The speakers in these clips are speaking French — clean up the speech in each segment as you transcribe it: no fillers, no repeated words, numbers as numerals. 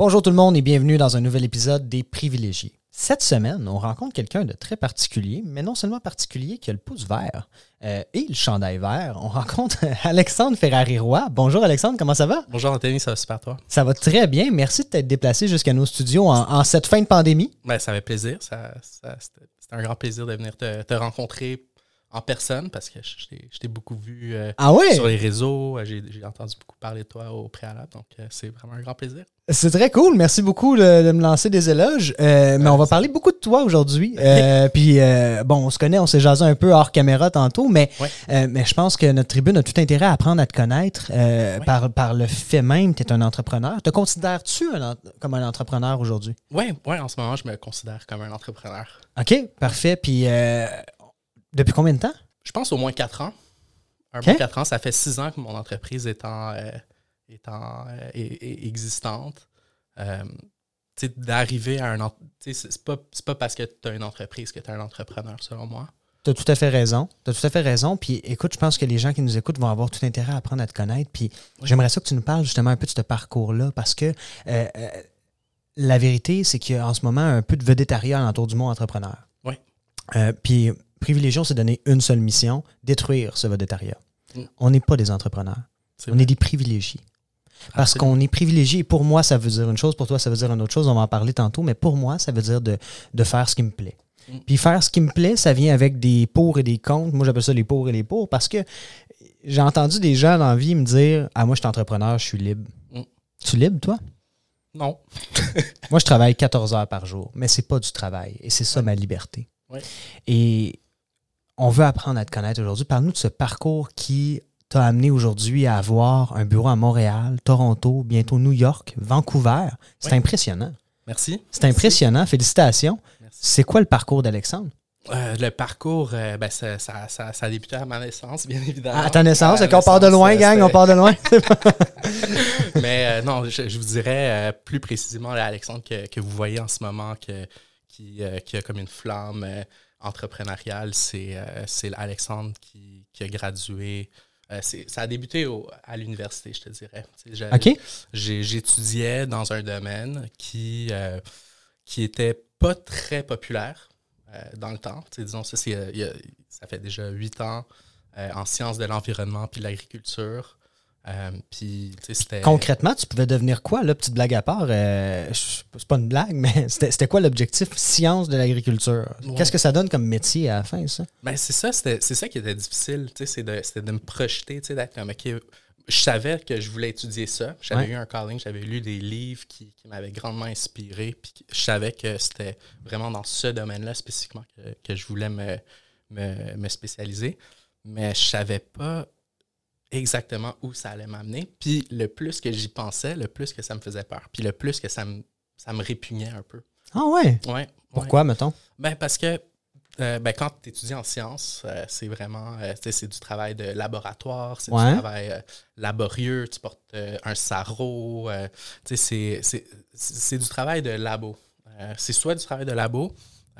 Bonjour tout le monde et bienvenue dans un nouvel épisode des Privilégiés. Cette semaine, on rencontre quelqu'un de très particulier, mais non seulement particulier, qui a le pouce vert et le chandail vert. On rencontre Alexandre Ferrari-Roy. Bonjour Alexandre, comment ça va? Bonjour Anthony, ça va super toi? Ça va très bien. Merci de t'être déplacé jusqu'à nos studios en cette fin de pandémie. Ben, ça fait plaisir. C'était un grand plaisir de venir te rencontrer en personne parce que je t'ai beaucoup vu sur les réseaux. J'ai entendu beaucoup parler de toi au préalable, donc c'est vraiment un grand plaisir. C'est très cool. Merci beaucoup de me lancer des éloges. Mais on va parler beaucoup de toi aujourd'hui. Puis, on se connaît, on s'est jasé un peu hors caméra tantôt, mais je pense que notre tribune a tout intérêt à apprendre à te connaître par le fait même que tu es un entrepreneur. Te considères-tu comme un entrepreneur aujourd'hui? Oui, en ce moment, je me considère comme un entrepreneur. OK, parfait. Puis, depuis combien de temps? Je pense au moins 4 ans. Bon 4 ans. Ça fait 6 ans que mon entreprise est existante. D'arriver à un... C'est pas parce que tu as une entreprise que tu es un entrepreneur, selon moi. Tu as tout à fait raison. Puis écoute, je pense que les gens qui nous écoutent vont avoir tout intérêt à apprendre à te connaître. Puis j'aimerais ça que tu nous parles justement un peu de ce parcours-là parce que la vérité, c'est qu'il y a en ce moment un peu de vedettariat autour du monde entrepreneur. Oui. Puis Privilégiés, on s'est donné une seule mission, détruire ce vedettariat. On n'est pas des entrepreneurs. On est des privilégiés. Parce qu'on est privilégié. Et pour moi, ça veut dire une chose. Pour toi, ça veut dire une autre chose. On va en parler tantôt. Mais pour moi, ça veut dire de faire ce qui me plaît. Puis faire ce qui me plaît, ça vient avec des pour et des contre. Moi, j'appelle ça les pour et les pour parce que j'ai entendu des gens dans la vie me dire « Ah, moi, je suis entrepreneur, je suis libre. » Tu es libre, toi? Non. Moi, je travaille 14 heures par jour. Mais c'est pas du travail. Et c'est ça ma liberté. Oui. Et on veut apprendre à te connaître aujourd'hui. Parle-nous de ce parcours qui t'a amené aujourd'hui à avoir un bureau à Montréal, Toronto, bientôt New York, Vancouver. C'est impressionnant. Merci. C'est impressionnant. Félicitations. Merci. C'est quoi le parcours d'Alexandre? Le parcours, ça a débuté à ma naissance, bien évidemment. À ta naissance, on part de loin, gang, on part de loin. Mais non, je vous dirais plus précisément Alexandre que vous voyez en ce moment qui a comme une flamme entrepreneuriale, c'est Alexandre qui a gradué. Ça a débuté à l'université, je te dirais. J'étudiais dans un domaine qui était pas très populaire dans le temps. Disons, ça fait déjà 8 ans en sciences de l'environnement puis de l'agriculture. C'était... Concrètement, tu pouvais devenir quoi, là, petite blague à part? C'est pas une blague, mais c'était quoi l'objectif? Sciences de l'agriculture. Ouais. Qu'est-ce que ça donne comme métier à la fin, ça? Ben, c'est ça qui était difficile. C'était de me projeter, d'être comme, OK, je savais que je voulais étudier ça. J'avais eu un calling, j'avais lu des livres qui m'avaient grandement inspiré. Puis je savais que c'était vraiment dans ce domaine-là spécifiquement que je voulais me spécialiser. Mais je savais pas exactement où ça allait m'amener. Puis le plus que j'y pensais, le plus que ça me faisait peur. Puis le plus que ça me répugnait un peu. Ah ouais? Ouais. Pourquoi, mettons? Ben parce que quand tu étudies en sciences, c'est vraiment c'est du travail de laboratoire, c'est du travail laborieux, tu portes un sarrau, c'est du travail de labo. C'est soit du travail de labo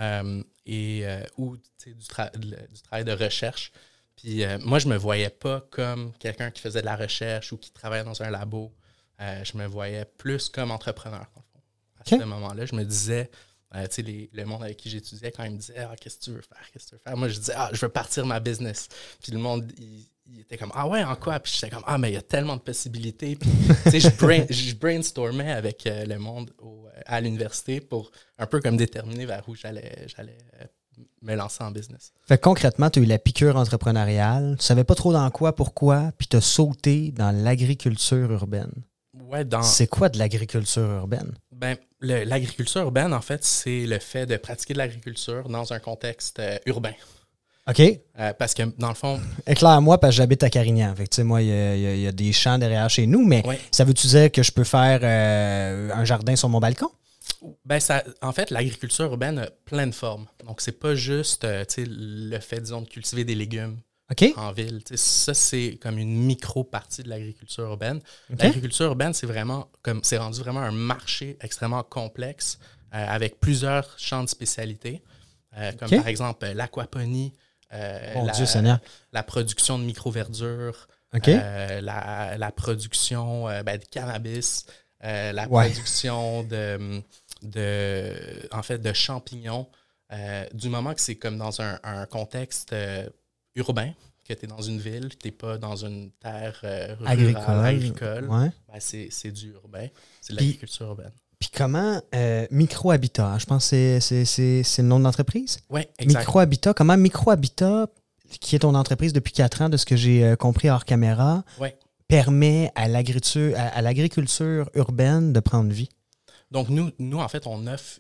ou du travail de recherche. Puis moi, je me voyais pas comme quelqu'un qui faisait de la recherche ou qui travaillait dans un labo. Je me voyais plus comme entrepreneur. À ce moment-là, je me disais, le monde avec qui j'étudiais, quand il me disait « Ah, qu'est-ce que tu veux faire? » Moi, je disais « Ah, je veux partir ma business. » Puis le monde, il était comme « Ah ouais, en quoi? » Puis j'étais comme « Ah, mais il y a tellement de possibilités. » Puis je brainstormais avec le monde à l'université pour un peu comme déterminer vers où j'allais me lancer en business. Fait que concrètement, tu as eu la piqûre entrepreneuriale, tu savais pas trop dans quoi, pourquoi, puis tu as sauté dans l'agriculture urbaine. Ouais, C'est quoi de l'agriculture urbaine? Ben, l'agriculture urbaine, en fait, c'est le fait de pratiquer de l'agriculture dans un contexte urbain. OK. Parce que, dans le fond... Éclaire-moi, parce que j'habite à Carignan. Fait que, tu sais, moi, il y a des champs derrière chez nous, mais ça veut-tu dire que je peux faire un jardin sur mon balcon? Ben en fait, l'agriculture urbaine a plein de formes. Donc, c'est pas juste le fait, disons, de cultiver des légumes en ville. Ça, c'est comme une micro-partie de l'agriculture urbaine. L'agriculture urbaine, c'est rendu vraiment un marché extrêmement complexe avec plusieurs champs de spécialité, comme par exemple l'aquaponie, la production de micro-verdure, la production de cannabis, la production en fait, de champignons, du moment que c'est comme dans un contexte urbain, que tu es dans une ville, tu n'es pas dans une terre rurale, agricole, ouais. Ben c'est du urbain, c'est de l'agriculture urbaine. Puis comment Microhabitat, je pense que c'est le nom de l'entreprise? Oui, exact. Microhabitat, comment Microhabitat, qui est ton entreprise depuis 4 ans, de ce que j'ai compris hors caméra, permet à l'agriculture urbaine de prendre vie? Donc, nous en fait, on offre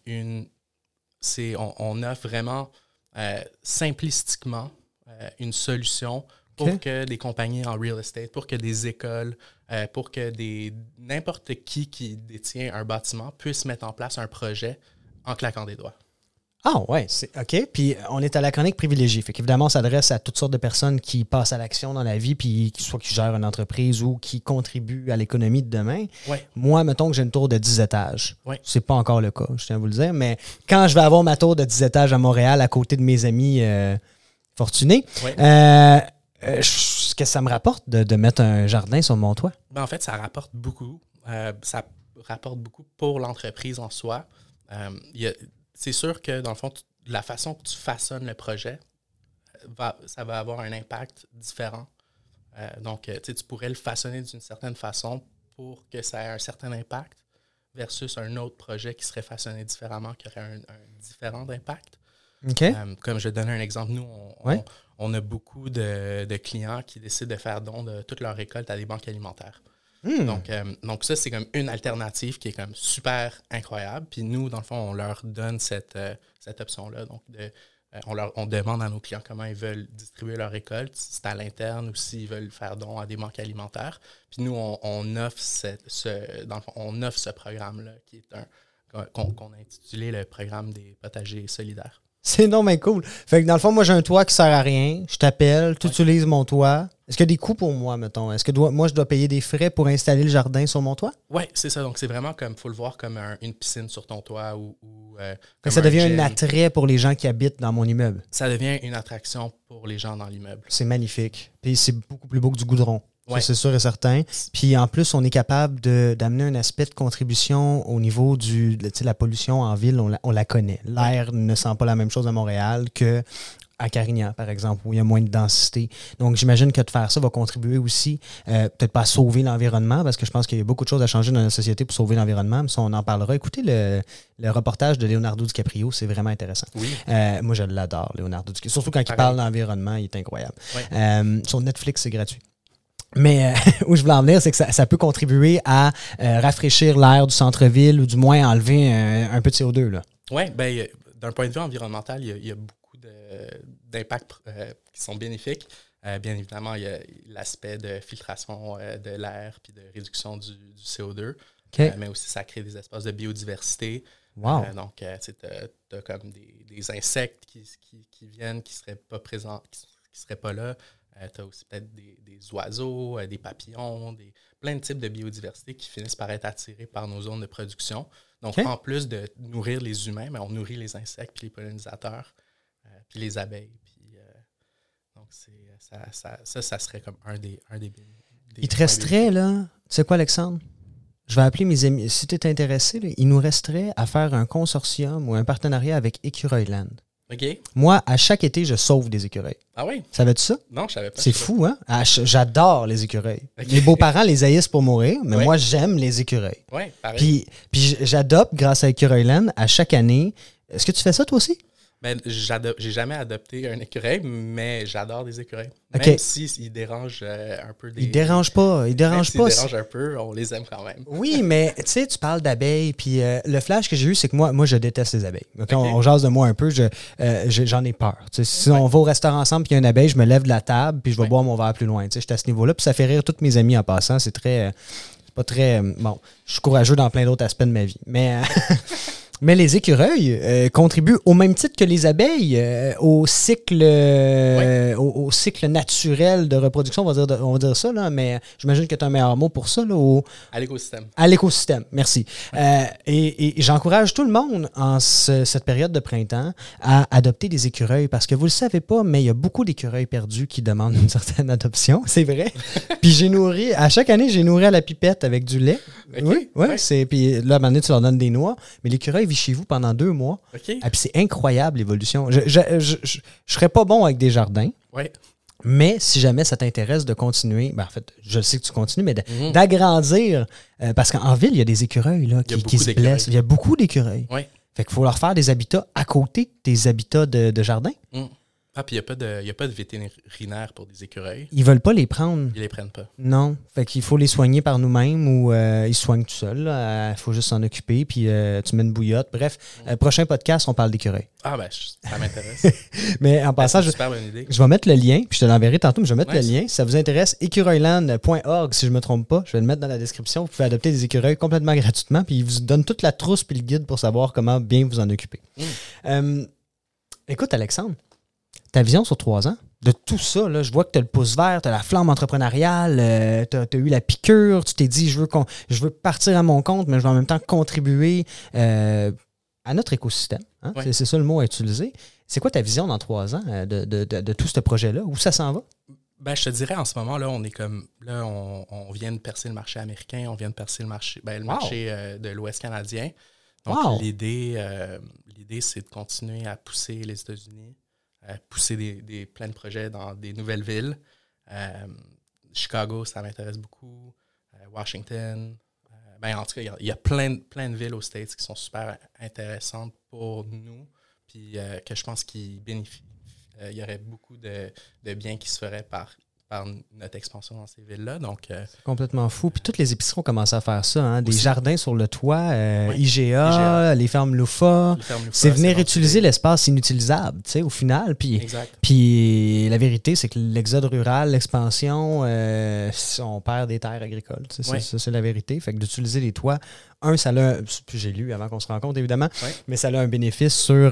on offre vraiment simplistiquement une solution pour que des compagnies en real estate, pour que des écoles, pour que n'importe qui détient un bâtiment puisse mettre en place un projet en claquant des doigts. Ah ouais, OK. Puis on est à la chronique privilégiée. Fait qu'évidemment, on s'adresse à toutes sortes de personnes qui passent à l'action dans la vie, puis soit qui gèrent une entreprise ou qui contribuent à l'économie de demain. Ouais. Moi, mettons que j'ai une tour de 10 étages. Ouais. C'est pas encore le cas, je tiens à vous le dire. Mais quand je vais avoir ma tour de 10 étages à Montréal, à côté de mes amis fortunés, qu'est-ce que ça me rapporte de mettre un jardin sur mon toit? Ben, en fait, ça rapporte beaucoup. Ça rapporte beaucoup pour l'entreprise en soi. C'est sûr que, dans le fond, la façon que tu façonnes le projet, ça va avoir un impact différent. Donc, tu pourrais le façonner d'une certaine façon pour que ça ait un certain impact versus un autre projet qui serait façonné différemment, qui aurait un différent impact. Okay. Comme je vais te donner un exemple, nous, on a beaucoup de clients qui décident de faire don de toute leur récolte à des banques alimentaires. Donc ça, c'est comme une alternative qui est comme super incroyable. Puis nous, dans le fond, on leur donne cette option-là. Donc, on demande à nos clients comment ils veulent distribuer leur récolte, si c'est à l'interne ou s'ils veulent faire don à des banques alimentaires. Puis nous, on offre ce programme-là qui est qu'on a intitulé le programme des potagers solidaires. C'est énormément cool. Fait que dans le fond, moi, j'ai un toit qui sert à rien. Je t'appelle, tu utilises mon toit. Est-ce qu'il y a des coûts pour moi, mettons? Est-ce que moi, je dois payer des frais pour installer le jardin sur mon toit? Oui, c'est ça. Donc, c'est vraiment comme, il faut le voir comme une piscine sur ton toit ou ça devient un attrait pour les gens qui habitent dans mon immeuble. Ça devient une attraction pour les gens dans l'immeuble. C'est magnifique. Puis c'est beaucoup plus beau que du goudron. Ça, c'est sûr et certain. Puis en plus, on est capable d'amener un aspect de contribution au niveau de la pollution en ville, on la connaît. L'air ne sent pas la même chose à Montréal qu'à Carignan, par exemple, où il y a moins de densité. Donc, j'imagine que de faire ça va contribuer aussi, peut-être pas à sauver l'environnement, parce que je pense qu'il y a beaucoup de choses à changer dans la société pour sauver l'environnement, mais ça, on en parlera. Écoutez le reportage de Leonardo DiCaprio, c'est vraiment intéressant. Oui. Moi, je l'adore, Leonardo DiCaprio. Surtout quand il parle d'environnement, il est incroyable. Oui. Sur Netflix, c'est gratuit. Mais où je voulais en venir, c'est que ça peut contribuer à rafraîchir l'air du centre-ville ou du moins enlever un peu de CO2. Oui, bien, d'un point de vue environnemental, il y a beaucoup d'impacts qui sont bénéfiques. Bien évidemment, il y a l'aspect de filtration de l'air puis de réduction du CO2. Okay. Mais aussi, ça crée des espaces de biodiversité. Wow. Donc, tu as comme des insectes qui viennent, qui ne seraient pas présents, qui ne seraient pas là. Tu as aussi peut-être des oiseaux, des papillons, plein de types de biodiversité qui finissent par être attirés par nos zones de production. Donc, en plus de nourrir les humains, mais on nourrit les insectes, puis les pollinisateurs, puis les abeilles. Puis, donc, ça serait comme un des il te resterait, là, tu sais quoi, Alexandre? Je vais appeler mes amis. Si tu es intéressé, là, il nous resterait à faire un consortium ou un partenariat avec Écureuil-Land. OK. Moi, à chaque été, je sauve des écureuils. Ah oui? Savais-tu ça? Non, je savais pas. C'est fou, hein? J'adore les écureuils. Okay. Mes beaux-parents les haïssent pour mourir, mais moi, j'aime les écureuils. Oui, pareil. Puis j'adopte, grâce à Écureuil-Land, à chaque année. Est-ce que tu fais ça, toi aussi? Ben, j'ai jamais adopté un écureuil, mais j'adore des écureuils. Okay. Même s'ils dérangent un peu Ils dérangent pas. Ils dérangent pas. S'ils dérangent un peu, on les aime quand même. Oui, mais tu sais, tu parles d'abeilles, puis le flash que j'ai eu, c'est que moi, je déteste les abeilles. Okay? On jase de moi un peu, j'en ai peur. T'sais, si on va au restaurant ensemble, puis il y a une abeille, je me lève de la table, puis je vais boire mon verre plus loin. Je suis à ce niveau-là, puis ça fait rire tous mes amis en passant. C'est pas très... Bon, je suis courageux dans plein d'autres aspects de ma vie. Mais Mais les écureuils contribuent au même titre que les abeilles au cycle au cycle naturel de reproduction, on va dire ça, là, mais j'imagine que tu as un meilleur mot pour ça. Là, à l'écosystème. À l'écosystème, merci. Et j'encourage tout le monde en cette période de printemps à adopter des écureuils parce que vous le savez pas, mais il y a beaucoup d'écureuils perdus qui demandent une certaine adoption, c'est vrai. Puis à chaque année, j'ai nourri à la pipette avec du lait. Okay. Oui. Puis là, à un moment donné, tu leur donnes des noix, mais l'écureuil vit chez vous pendant 2 mois. Okay. Et puis c'est incroyable l'évolution. Je serais pas bon avec des jardins. Oui. Mais si jamais ça t'intéresse de continuer, en fait, je sais que tu continues, mais d'agrandir, parce qu'en ville, il y a des écureuils là, qui se blessent. Il y a beaucoup d'écureuils. Oui. Fait qu'il faut leur faire des habitats à côté des habitats de jardin. Ah, puis il n'y a pas de vétérinaire pour des écureuils. Ils veulent pas les prendre. Ils les prennent pas. Non. Fait qu'il faut les soigner par nous-mêmes ou ils se soignent tout seuls. Il faut juste s'en occuper, puis tu mets une bouillotte. Bref, prochain podcast, on parle d'écureuils. Ah, ça m'intéresse. Mais en passant, c'est une super bonne idée. Je vais mettre le lien, puis je te l'enverrai tantôt, mais je vais mettre le lien. Si ça vous intéresse, écureuilland.org, si je ne me trompe pas. Je vais le mettre dans la description. Vous pouvez adopter des écureuils complètement gratuitement, puis ils vous donnent toute la trousse puis le guide pour savoir comment bien vous en occuper. Écoute, Alexandre, ta vision sur 3 ans, de tout ça, là, je vois que tu as le pouce vert, tu as la flamme entrepreneuriale, tu as eu la piqûre, tu t'es dit je veux partir à mon compte, mais je veux en même temps contribuer à notre écosystème. Hein? Ouais. C'est ça le mot à utiliser. C'est quoi ta vision dans 3 ans de tout ce projet-là? Où ça s'en va? Ben, je te dirais, en ce moment, là, on est comme. Là, on vient de percer le marché américain, on vient de percer le marché de l'Ouest canadien. Donc, l'idée, c'est de continuer à pousser les États-Unis, pousser plein de projets dans des nouvelles villes. Chicago, ça m'intéresse beaucoup. Washington. En tout cas, il y a plein de villes aux States qui sont super intéressantes pour nous. Puis que je pense qu'il y aurait beaucoup de biens qui se feraient par notre expansion dans ces villes-là. Donc, c'est complètement fou. Puis toutes les épiceries ont commencé à faire ça. Hein? Des jardins sur le toit, IGA, les fermes Loufa. C'est venir utiliser l'espace inutilisable, tu sais, au final. Puis la vérité, c'est que l'exode rural, l'expansion, on perd des terres agricoles. Ça, c'est la vérité. Fait que d'utiliser les toits, ça a j'ai lu avant qu'on se rencontre, évidemment, mais ça a un bénéfice sur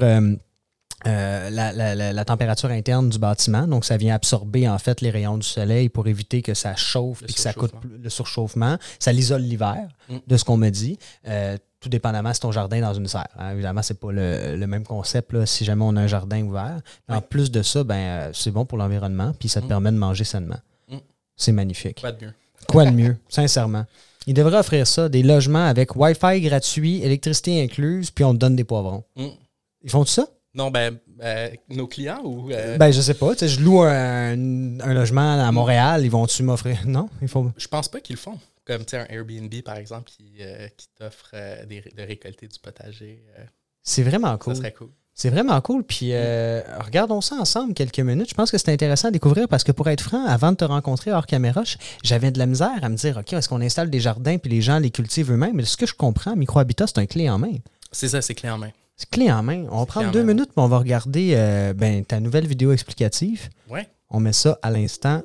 la température interne du bâtiment. Donc, ça vient absorber, en fait, les rayons du soleil pour éviter que ça chauffe et que ça coûte le surchauffement. Ça l'isole l'hiver, de ce qu'on me dit. Tout dépendamment si ton jardin est dans une serre. Hein. Évidemment, c'est pas le même concept là, si jamais on a un jardin ouvert. En plus de ça, c'est bon pour l'environnement puis ça te permet de manger sainement. C'est magnifique. Quoi de mieux? Quoi de mieux, sincèrement. Ils devraient offrir ça, des logements avec Wi-Fi gratuit, électricité incluse, puis on te donne des poivrons. Ils font ça? Non, nos clients ou... je sais pas. Je loue un logement à Montréal, ils vont-tu m'offrir? Non? Je pense pas qu'ils le font. Comme un Airbnb, par exemple, qui t'offre de récolter du potager. C'est vraiment cool. Ça serait cool. C'est vraiment cool. Puis regardons ça ensemble quelques minutes. Je pense que c'est intéressant à découvrir parce que pour être franc, avant de te rencontrer hors caméra, j'avais de la misère à me dire, OK, est-ce qu'on installe des jardins puis les gens les cultivent eux-mêmes? Mais ce que je comprends, Microhabitat, c'est un clé en main. C'est ça, c'est clé en main. C'est clé en main. On va prendre 2 minutes, mais on va regarder ta nouvelle vidéo explicative. Ouais. On met ça à l'instant.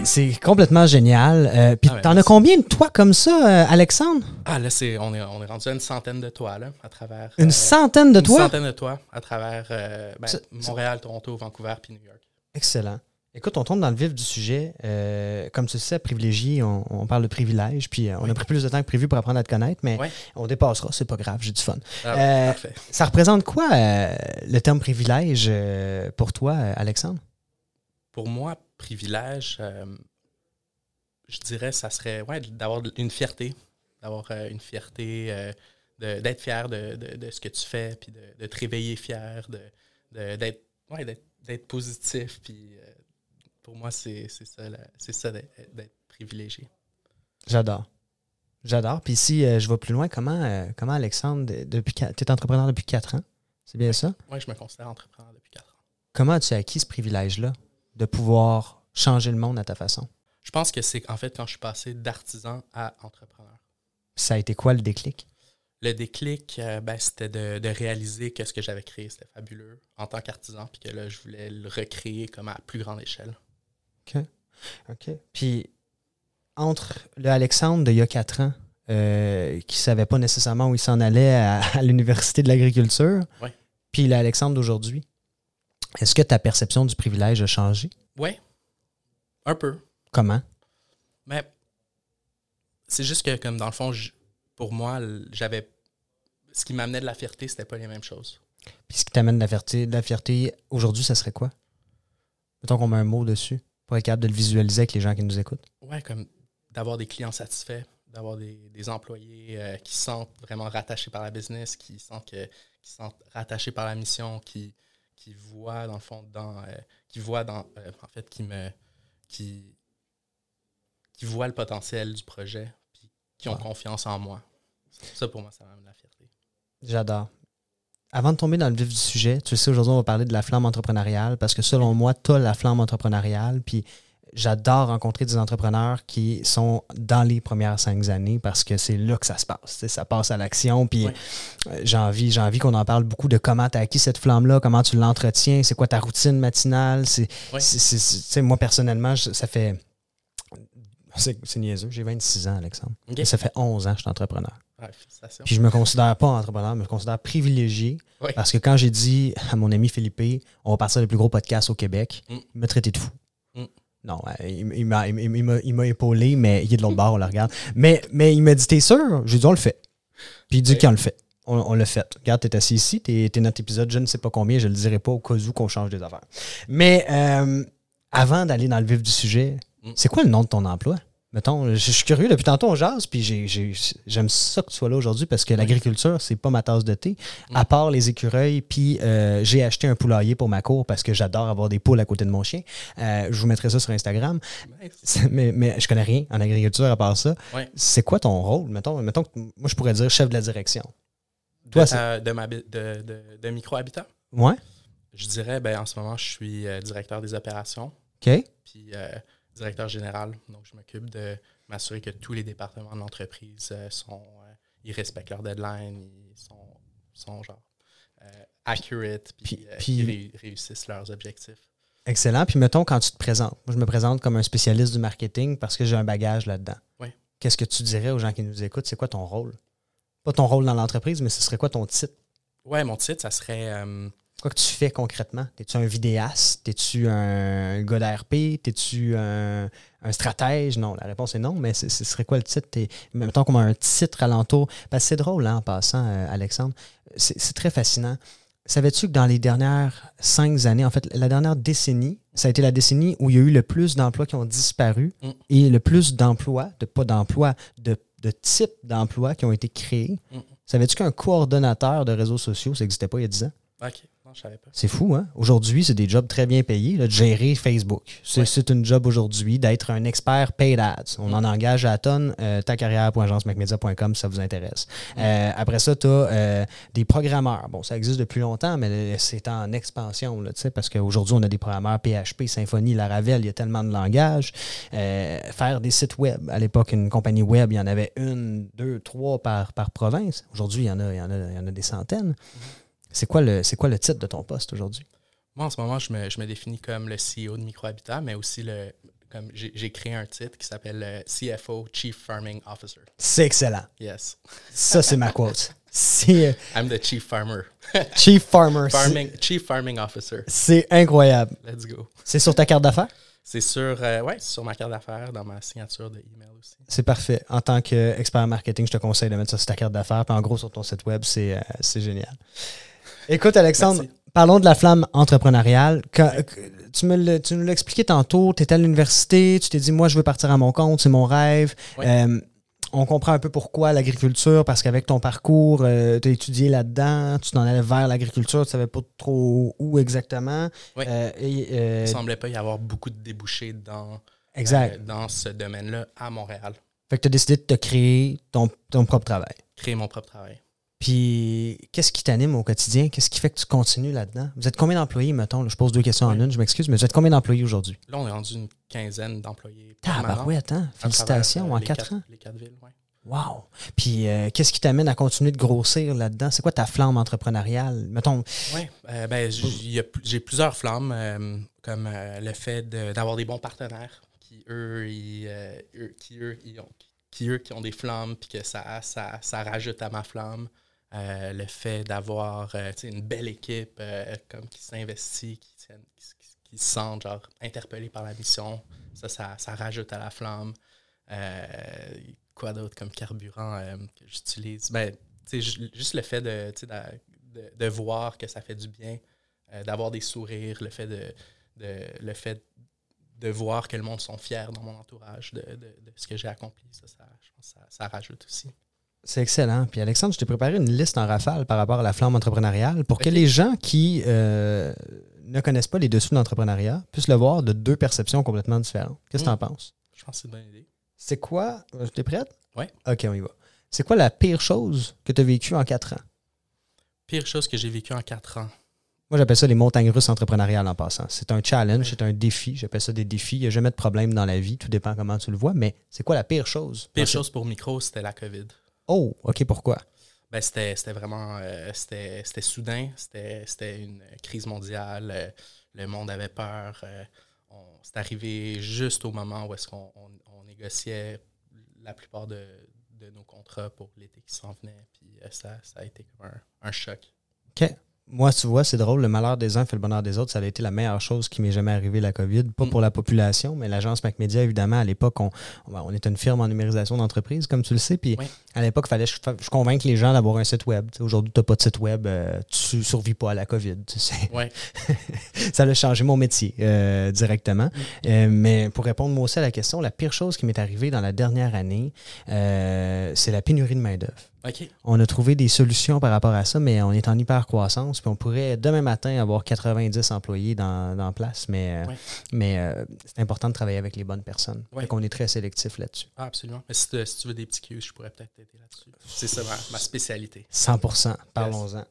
C'est complètement génial. Puis t'en as combien de toits comme ça, Alexandre? Ah, là, on est rendu à une centaine de toits, là, à travers... Une centaine de toits? Une centaine de toits à travers Montréal, Toronto, Vancouver puis New York. Excellent. Écoute, on tombe dans le vif du sujet. Comme tu sais, privilégié, on parle de privilèges, puis on a pris plus de temps que prévu pour apprendre à te connaître, mais on dépassera, c'est pas grave, j'ai du fun. Parfait. Ça représente quoi le terme privilège pour toi, Alexandre? Pour moi, privilège, je dirais, ça serait d'avoir une fierté, d'être fier de ce que tu fais, puis de te réveiller fier, d'être positif, puis pour moi, c'est ça d'être privilégié. J'adore. Puis si je vais plus loin, comment Alexandre, tu es entrepreneur depuis 4 ans, c'est bien ça? Oui, je me considère entrepreneur depuis 4 ans. Comment as-tu acquis ce privilège-là de pouvoir changer le monde à ta façon? Je pense que c'est en fait quand je suis passé d'artisan à entrepreneur. Ça a été quoi le déclic? Le déclic, c'était de réaliser que ce que j'avais créé, c'était fabuleux en tant qu'artisan, puis que là, je voulais le recréer comme à plus grande échelle. OK. Puis, entre le Alexandre d'il y a 4 ans, qui ne savait pas nécessairement où il s'en allait à l'Université de l'agriculture, puis l'Alexandre d'aujourd'hui, est-ce que ta perception du privilège a changé? Oui, un peu. Comment? Mais c'est juste que, comme dans le fond, pour moi, ce qui m'amenait de la fierté, c'était pas les mêmes choses. Puis ce qui t'amène de la fierté aujourd'hui, ça serait quoi? Mettons qu'on met un mot dessus pour être capable de le visualiser avec les gens qui nous écoutent. Oui, comme d'avoir des clients satisfaits, d'avoir des employés qui se sentent vraiment rattachés par la business, qui se sentent rattachés par la mission, qui voient dans le fond qui voient le potentiel du projet, puis qui ont confiance en moi. Ça, pour moi, ça m'amène la fierté. J'adore. Avant de tomber dans le vif du sujet, tu sais, aujourd'hui, on va parler de la flamme entrepreneuriale parce que selon moi, tu as la flamme entrepreneuriale. Puis j'adore rencontrer des entrepreneurs qui sont dans les premières 5 années parce que c'est là que ça se passe. Tu sais, ça passe à l'action. Puis j'ai envie qu'on en parle beaucoup de comment tu as acquis cette flamme-là, comment tu l'entretiens, c'est quoi ta routine matinale. Moi, personnellement, ça fait... C'est niaiseux. J'ai 26 ans, Alexandre. Okay. Ça fait 11 ans que je suis entrepreneur. Puis je me considère pas entrepreneur, mais je me considère privilégié. Oui. Parce que quand j'ai dit à mon ami Philippe, on va partir le plus gros podcast au Québec, il m'a traité de fou. Non, il m'a épaulé, mais il est de l'autre bord, on le regarde. Mais il m'a dit, t'es sûr? J'ai dit, on le fait. Puis il dit qu'on le fait. On l'a fait. Regarde, t'es assis ici, t'es notre épisode, je ne sais pas combien, je le dirai pas au cas où qu'on change des affaires. Mais avant d'aller dans le vif du sujet, c'est quoi le nom de ton emploi? Mettons, je suis curieux, depuis tantôt on jase, puis j'aime ça que tu sois là aujourd'hui parce que l'agriculture, c'est pas ma tasse de thé. À part les écureuils, puis j'ai acheté un poulailler pour ma cour parce que j'adore avoir des poules à côté de mon chien. Je vous mettrai ça sur Instagram. Nice. Mais je connais rien en agriculture à part ça. Ouais. C'est quoi ton rôle? Mettons que moi, je pourrais dire chef de la direction. Toi, de Microhabitat? Ouais. Je dirais, en ce moment, je suis directeur des opérations. OK. Puis directeur général. Donc, je m'occupe de m'assurer que tous les départements de l'entreprise ils respectent leurs deadlines, ils sont genre accurate, puis ils réussissent leurs objectifs. Excellent. Puis mettons, quand tu te présentes, moi, je me présente comme un spécialiste du marketing parce que j'ai un bagage là-dedans. Oui. Qu'est-ce que tu dirais aux gens qui nous écoutent? C'est quoi ton rôle? Pas ton rôle dans l'entreprise, mais ce serait quoi ton titre? Oui, mon titre, ça serait... Quoi que tu fais concrètement? T'es-tu un vidéaste? T'es-tu un gars d'ARP? T'es-tu un stratège? Non, la réponse est non, mais ce serait quoi le titre? Mettons comme un titre alentour. Parce que c'est drôle, hein, en passant, Alexandre. C'est très fascinant. Savais-tu que dans les dernières 5 années, en fait, la dernière décennie, ça a été la décennie où il y a eu le plus d'emplois qui ont disparu et le plus d'emplois, de types d'emplois qui ont été créés. Savais-tu qu'un coordonnateur de réseaux sociaux, ça n'existait pas il y a 10 ans? OK. Non, je savais pas. C'est fou, hein? Aujourd'hui, c'est des jobs très bien payés, là, de gérer Facebook. C'est une job aujourd'hui d'être un expert paid ads. On en engage à la tonne. tacarrière.agencemacmedia.com si ça vous intéresse. Après ça, tu as des programmeurs. Bon, ça existe depuis longtemps, mais c'est en expansion, là, parce qu'aujourd'hui, on a des programmeurs PHP, Symfony, Laravel, il y a tellement de langages. Faire des sites web. À l'époque, une compagnie web, il y en avait 1, 2, 3 par province. Aujourd'hui, il y en a des centaines. C'est quoi le titre de ton poste aujourd'hui? Moi, en ce moment, je me définis comme le CEO de Microhabitat, mais aussi comme j'ai créé un titre qui s'appelle CFO, Chief Farming Officer. C'est excellent. Yes. Ça, c'est ma quote. C'est I'm the Chief Farmer. Chief Farmer. Chief Farming Officer. C'est incroyable. Let's go. C'est sur ta carte d'affaires? C'est sur ma carte d'affaires, dans ma signature de email aussi. C'est parfait. En tant qu'expert marketing, je te conseille de mettre ça sur ta carte d'affaires. Puis en gros, sur ton site web, c'est génial. Écoute, Alexandre, parlons de la flamme entrepreneuriale. Tu nous l'as expliqué tantôt, tu étais à l'université, tu t'es dit, moi, je veux partir à mon compte, c'est mon rêve. Oui. On comprend un peu pourquoi l'agriculture, parce qu'avec ton parcours, tu as étudié là-dedans, tu t'en allais vers l'agriculture, tu ne savais pas trop où exactement. Oui. Il ne semblait pas y avoir beaucoup de débouchés dans ce domaine-là à Montréal. Fait que tu as décidé de te créer ton propre travail. Créer mon propre travail. Puis, qu'est-ce qui t'anime au quotidien? Qu'est-ce qui fait que tu continues là-dedans? Vous êtes combien d'employés, mettons? Là, je pose 2 questions en une, je m'excuse, mais vous êtes combien d'employés aujourd'hui? Là, on est rendu une quinzaine d'employés. Tabarouette, hein? Félicitations, en 4 ans. Les 4 villes, oui. Wow! Puis, qu'est-ce qui t'amène à continuer de grossir là-dedans? C'est quoi ta flamme entrepreneuriale? Mettons. Oui, j'ai plusieurs flammes, comme le fait d'avoir des bons partenaires qui ont des flammes, puis que ça rajoute à ma flamme. Le fait d'avoir une belle équipe comme qui s'investit, qui se sentent genre interpellés par la mission, ça rajoute à la flamme. Quoi d'autre comme carburant que j'utilise? Juste le fait de voir que ça fait du bien, d'avoir des sourires, le fait de voir que le monde sont fiers dans mon entourage de ce que j'ai accompli, je pense que ça rajoute aussi. C'est excellent. Puis Alexandre, je t'ai préparé une liste en rafale par rapport à la flamme entrepreneuriale pour que les gens qui ne connaissent pas les dessous de l'entrepreneuriat puissent le voir de 2 perceptions complètement différentes. Qu'est-ce que tu en penses? Je pense que c'est une bonne idée. C'est quoi? T'es prête? Oui. OK, on y va. C'est quoi la pire chose que tu as vécue en 4 ans? Pire chose que j'ai vécue en 4 ans? Moi, j'appelle ça les montagnes russes entrepreneuriales en passant. C'est un challenge, c'est un défi. J'appelle ça des défis. Il n'y a jamais de problème dans la vie. Tout dépend comment tu le vois. Mais c'est quoi la pire chose? Pire chose pour Micro, c'était la COVID. Oh, OK, pourquoi? C'était vraiment c'était soudain, c'était une crise mondiale, le monde avait peur. C'est arrivé juste au moment où est-ce qu'on négociait la plupart de nos contrats pour l'été qui s'en venait. Puis ça a été comme un choc. OK. Moi, tu vois, c'est drôle, le malheur des uns fait le bonheur des autres. Ça a été la meilleure chose qui m'est jamais arrivée, la COVID. Pas pour la population, mais l'agence MacMedia, évidemment, à l'époque, on était une firme en numérisation d'entreprise, comme tu le sais. Puis à l'époque, il fallait que je convainque les gens d'avoir un site web. Aujourd'hui, tu n'as pas de site web, tu ne survis pas à la COVID. Ça a changé mon métier directement. Mais pour répondre moi aussi à la question, la pire chose qui m'est arrivée dans la dernière année, c'est la pénurie de main-d'œuvre. Okay. On a trouvé des solutions par rapport à ça, mais on est en hyper-croissance. Puis on pourrait, demain matin, avoir 90 employés dans place. Mais c'est important de travailler avec les bonnes personnes. Ouais. Donc, on est très sélectif là-dessus. Ah, absolument. Mais si tu veux des petits cues, je pourrais peut-être t'aider là-dessus. C'est ça ma spécialité. 100%. Parlons-en.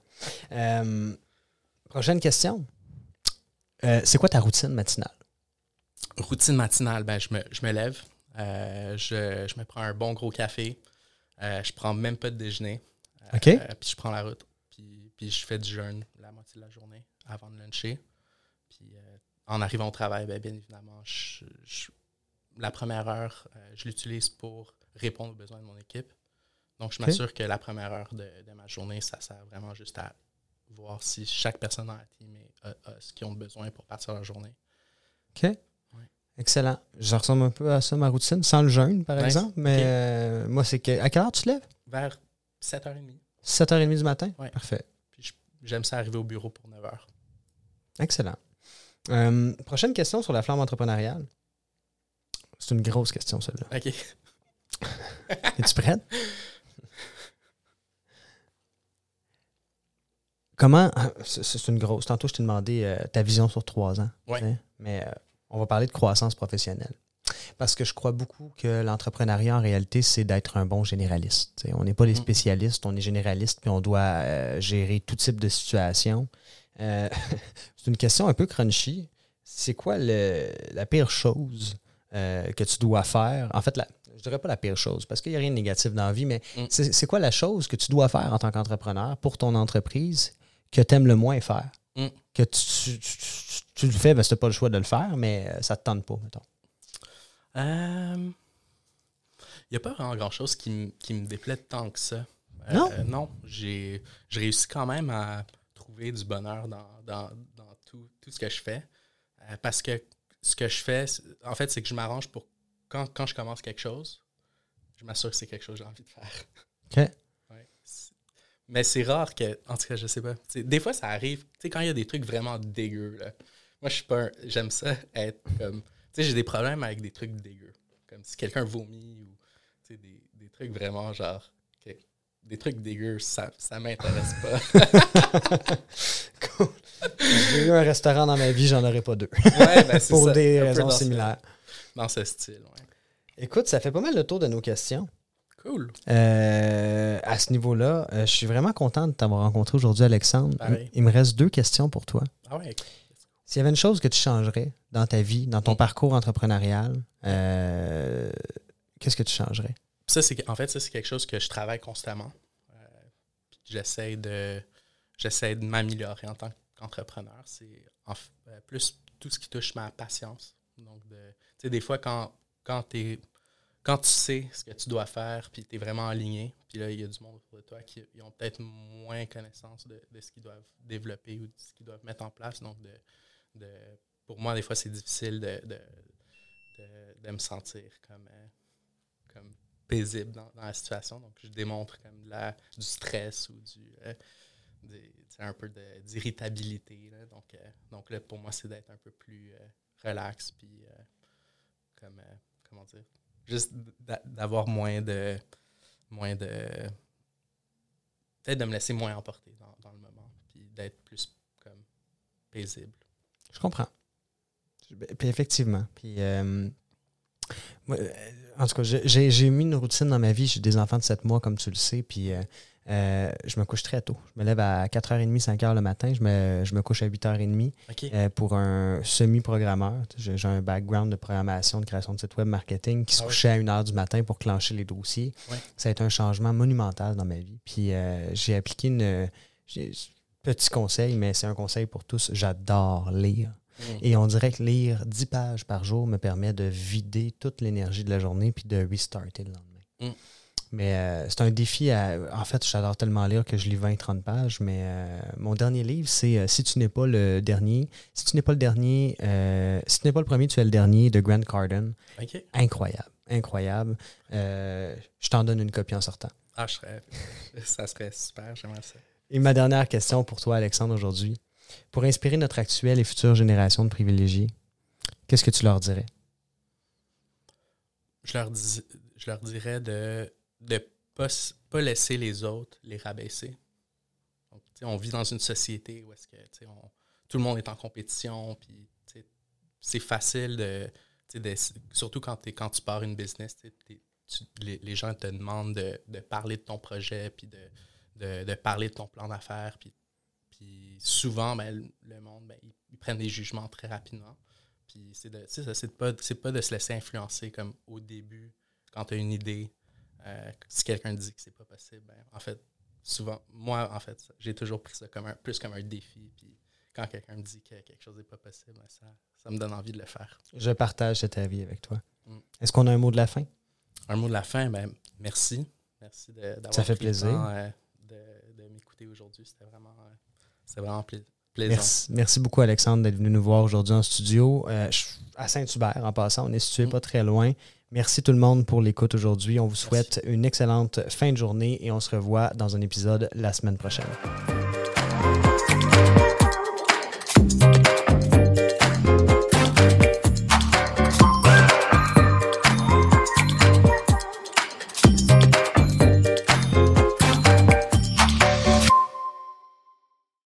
Prochaine question. C'est quoi ta routine matinale? Routine matinale, je me lève. Je me prends un bon gros café. Je prends même pas de déjeuner. OK. Puis je prends la route. Puis je fais du jeûne la moitié de la journée avant de luncher. Puis en arrivant au travail, bien évidemment, la première heure, je l'utilise pour répondre aux besoins de mon équipe. Donc, je m'assure que la première heure de ma journée, ça sert vraiment juste à voir si chaque personne dans la team a ce qu'ils ont besoin pour partir leur journée. OK. Excellent. Je ressemble un peu à ça, ma routine, sans le jeûne, par exemple. Mais moi, c'est que. À quelle heure tu te lèves? Vers 7h30. 7h30 du matin? Oui. Parfait. Puis j'aime ça arriver au bureau pour 9h. Excellent. Prochaine question sur la flamme entrepreneuriale. C'est une grosse question, celle-là. OK. Es-tu prête? Comment. C'est une grosse. Tantôt, je t'ai demandé ta vision sur 3 ans. Oui. Mais. On va parler de croissance professionnelle. Parce que je crois beaucoup que l'entrepreneuriat, en réalité, c'est d'être un bon généraliste. T'sais, on n'est pas des spécialistes, on est généraliste, puis on doit gérer tout type de situation. C'est une question un peu crunchy. C'est quoi la pire chose que tu dois faire? En fait, je dirais pas la pire chose, parce qu'il n'y a rien de négatif dans la vie, mais c'est quoi la chose que tu dois faire en tant qu'entrepreneur pour ton entreprise que tu aimes le moins faire? Que tu le fais parce que tu n'as pas le choix de le faire, mais ça ne te tente pas, mettons. Il n'y a pas vraiment grand-chose qui me déplaît tant que ça. Non? Non, je réussis quand même à trouver du bonheur dans tout ce que je fais. Parce que ce que je fais, en fait, c'est que je m'arrange pour quand je commence quelque chose, je m'assure que c'est quelque chose que j'ai envie de faire. OK. Ouais. Mais c'est rare que, en tout cas, je sais pas. Des fois, ça arrive, quand il y a des trucs vraiment dégueux, là. Moi, je suis pas j'aime ça être comme, j'ai des problèmes avec des trucs dégueux. Comme si quelqu'un vomit ou, des trucs vraiment genre, des trucs dégueux, ça m'intéresse pas. Cool. J'ai eu un restaurant dans ma vie, j'en aurais pas deux. Ouais, ben c'est pour ça. des raisons similaires. Dans ce style, ouais. Écoute, ça fait pas mal le tour de nos questions. Cool. À ce niveau-là, je suis vraiment content de t'avoir rencontré aujourd'hui, Alexandre. Pareil. Il me reste 2 questions pour toi. Ah ouais. S'il y avait une chose que tu changerais dans ta vie, dans ton parcours entrepreneurial, qu'est-ce que tu changerais? Ça, c'est quelque chose que je travaille constamment. J'essaie de m'améliorer en tant qu'entrepreneur. C'est plus tout ce qui touche ma patience. Donc, des fois, quand tu sais ce que tu dois faire, puis tu es vraiment aligné, puis là, il y a du monde autour de toi qui ont peut-être moins connaissance de ce qu'ils doivent développer ou de ce qu'ils doivent mettre en place. Donc, pour moi, des fois, c'est difficile de me sentir comme paisible dans la situation. Donc, je démontre comme du stress ou un peu d'irritabilité. Là. Donc là, pour moi, c'est d'être un peu plus relax, puis comment dire, juste d'avoir moins de peut-être de me laisser moins emporter dans le moment, puis d'être plus comme paisible. Je comprends. Puis effectivement. Puis, moi, en tout cas, j'ai mis une routine dans ma vie. J'ai des enfants de 7 mois, comme tu le sais, puis je me couche très tôt. Je me lève à 4h30, 5h le matin. Je me couche à 8h30 Okay. pour un semi-programmeur. J'ai un background de programmation, de création de site web, marketing, qui se couchait à 1h du matin pour clencher les dossiers. Ouais. Ça a été un changement monumental dans ma vie. Puis j'ai appliqué petit conseil, mais c'est un conseil pour tous. J'adore lire. Et on dirait que lire 10 pages par jour me permet de vider toute l'énergie de la journée puis de restarter le lendemain. Mais c'est un défi. En fait, j'adore tellement lire que je lis 20-30 pages, mais mon dernier livre, c'est Si tu n'es pas le dernier. Si tu n'es pas le dernier, si tu n'es pas le premier, tu es le dernier de Grant Cardone. Okay. Incroyable. Je t'en donne une copie en sortant. Ah, ça serait super, j'aimerais ça. Et ma dernière question pour toi, Alexandre, aujourd'hui. Pour inspirer notre actuelle et future génération de privilégiés, qu'est-ce que tu leur dirais? Je leur dirais de pas laisser les autres les rabaisser. Donc, on vit dans une société où est-ce que tout le monde est en compétition, puis c'est facile surtout quand tu pars une business, les gens te demandent de parler de ton projet, puis de parler de ton plan d'affaires, puis souvent, le monde, ils prennent des jugements très rapidement. Puis c'est pas de se laisser influencer comme au début, quand tu as une idée. Si quelqu'un dit que c'est pas possible, en fait, souvent, moi, en fait, j'ai toujours pris ça plus comme un défi. Puis quand quelqu'un me dit que quelque chose n'est pas possible, ça me donne envie de le faire. Je partage cet avis avec toi. Est-ce qu'on a un mot de la fin? Un mot de la fin, merci. Merci d'avoir ça fait pris plaisir. le temps de m'écouter aujourd'hui. C'était vraiment plaisant. Merci beaucoup, Alexandre, d'être venu nous voir aujourd'hui en studio. À Saint-Hubert, en passant, on est situé pas très loin. Merci tout le monde pour l'écoute aujourd'hui. On vous souhaite une excellente fin de journée et on se revoit dans un épisode la semaine prochaine.